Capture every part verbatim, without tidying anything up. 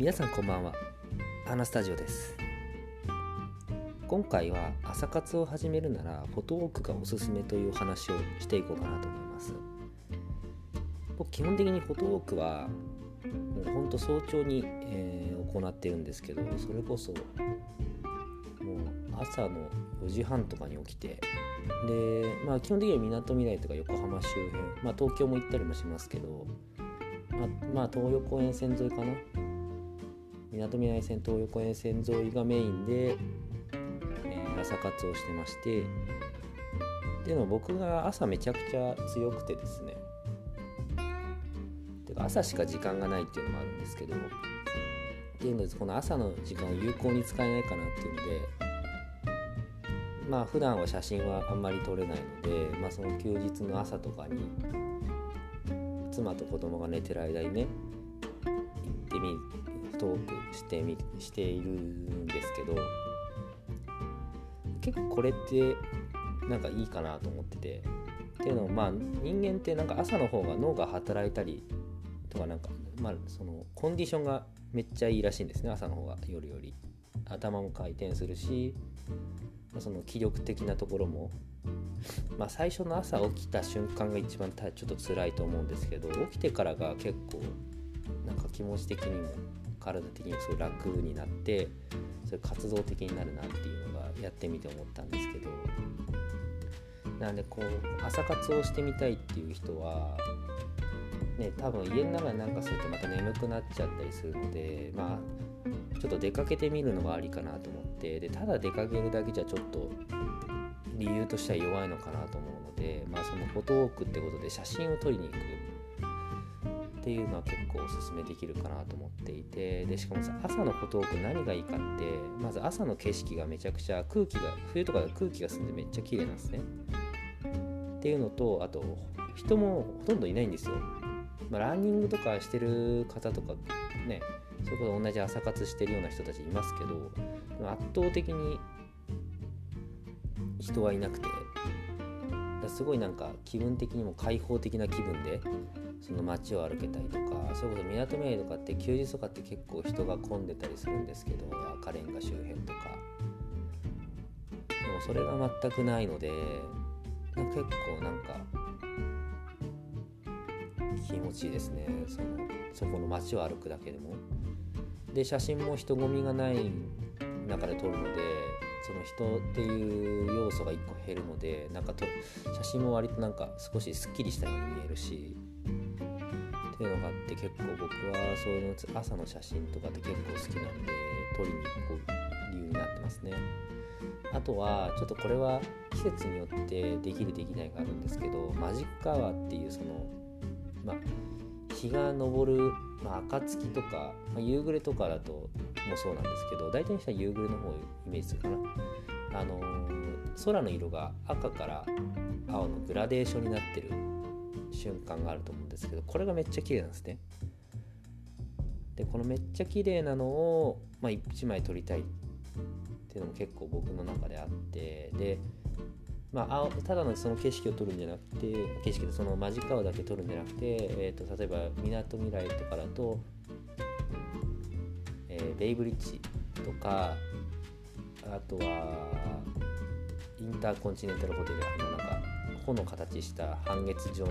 皆さんこんばんは。アナスタジオです。今回は朝活を始めるならフォトウォークがおすすめという話をしていこうかなと思います。僕基本的にフォトウォークはもうほんと早朝に、えー、行ってるんですけど、それこそもう朝のよじはんとかに起きて、で、まあ基本的にはみなとみらいとか横浜周辺、まあ東京も行ったりもしますけど、まあ、まあ東横沿線沿いかな、みなとみらい線東横沿線沿いがメインで、えー、朝活をしてまして、でも僕が朝めちゃくちゃ強くてですね、てか朝しか時間がないっていうのもあるんですけど、っていうのでこの朝の時間を有効に使えないかなっていうので、まあ普段は写真はあんまり撮れないので、まあその休日の朝とかに妻と子供が寝てる間にね行ってみトークしてみしているんですけど、結構これってなんかいいかなと思ってて、っていうのもまあ人間ってなんか朝の方が脳が働いたりとか、なんかまあそのコンディションがめっちゃいいらしいんですね。朝の方が夜より頭も回転するし、その気力的なところも、まあ最初の朝起きた瞬間が一番ちょっと辛いと思うんですけど、起きてからが結構なんか気持ち的にも体的にもすごい楽になって、それ活動的になるなっていうのがやってみて思ったんですけど、なのでこう朝活をしてみたいっていう人はね、多分家の中でなんかするとまた眠くなっちゃったりするので、まあちょっと出かけてみるのがありかなと思って、でただ出かけるだけじゃちょっと理由としては弱いのかなと思うので、まあそのフォトウォークってことで写真を撮りに行くっていうのは結構おすすめできるかなと思っていて、でしかもさ、朝のフォトウォーク何がいいかって、まず朝の景色がめちゃくちゃ空気が冬とかで空気が澄んでめっちゃ綺麗なんですねっていうのと、あと人もほとんどいないんですよ。まあ、ランニングとかしてる方とかね、それこそ同じ朝活してるような人たちいますけど、圧倒的に人はいなくて、だすごいなんか気分的にも開放的な気分でその街を歩けたりとか、それこそみなとみらいとかって休日とかって結構人が混んでたりするんですけど、赤レンガ周辺とかでもそれが全くないので、結構なんか気持ちいいですね。そのそこの街を歩くだけでも。で写真も人混みがない中で撮るので、その人っていう要素がいっこ減るので、なんかと写真も割となんか少しスッキリしたように見えるしっていうのがあって、結構僕はそういうの朝の写真とかって結構好きなんで撮りに行く理由になってますね。あとはちょっとこれは季節によってできるできないがあるんですけど、マジックアワーっていうそのまあ、日が昇る、まあ、暁とか、まあ、夕暮れとかだともそうなんですけど、大体の人は夕暮れの方をイメージするかな。あのー、空の色が赤から青のグラデーションになってる瞬間があると思うんですけど、これがめっちゃ綺麗なんですね。でこのめっちゃ綺麗なのを、まあ、いちまい撮りたいっていうのも結構僕の中であって、でまあ、ただのその景色を撮るんじゃなくて、景色でそのマジックアワーだけ撮るんじゃなくて、えー、と例えばみなとみらいとかだと、えー、ベイブリッジとか、あとはインターコンチネンタルホテル、あのなんか帆の形した半月状の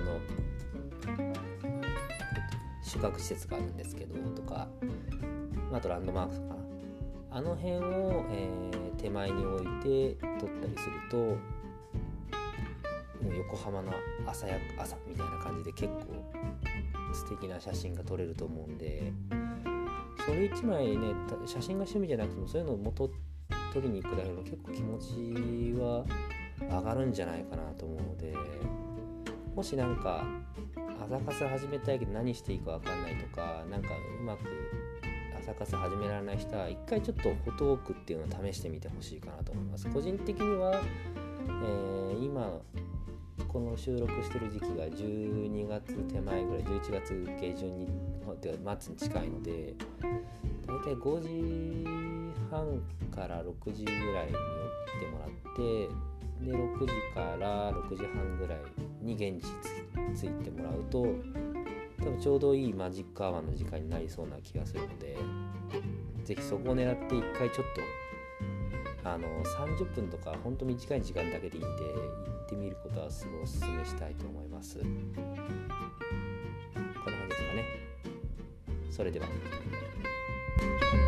宿泊施設があるんですけどとか、あとランドマークとか、あの辺を、えー、手前に置いて撮ったりすると、もう横浜の朝や朝みたいな感じで結構素敵な写真が撮れると思うんで、それ一枚ね、写真が趣味じゃなくてもそういうのを元撮りに行くだけでも結構気持ちは上がるんじゃないかなと思うので、もしなんか朝活始めたいけど何していいか分かんないとか、なんかうまく朝活始められない人は一回ちょっとフォトウォークっていうのを試してみてほしいかなと思います。個人的には、えー、今この収録してる時期がじゅうにがつ手前ぐらい、じゅういちがつ下旬に末に近いので、だいたいごじはんからろくじぐらいに起きてもらって、でろくじからろくじはんぐらいに現地ついてもらうと、 多分ちょうどいいマジックアワーの時間になりそうな気がするので、ぜひそこを狙って一回ちょっとあのさんじゅっぷんとかほんと短い時間だけでいいんで行ってみることはすごいおすすめしたいと思います。こんな感じですかね。それでは。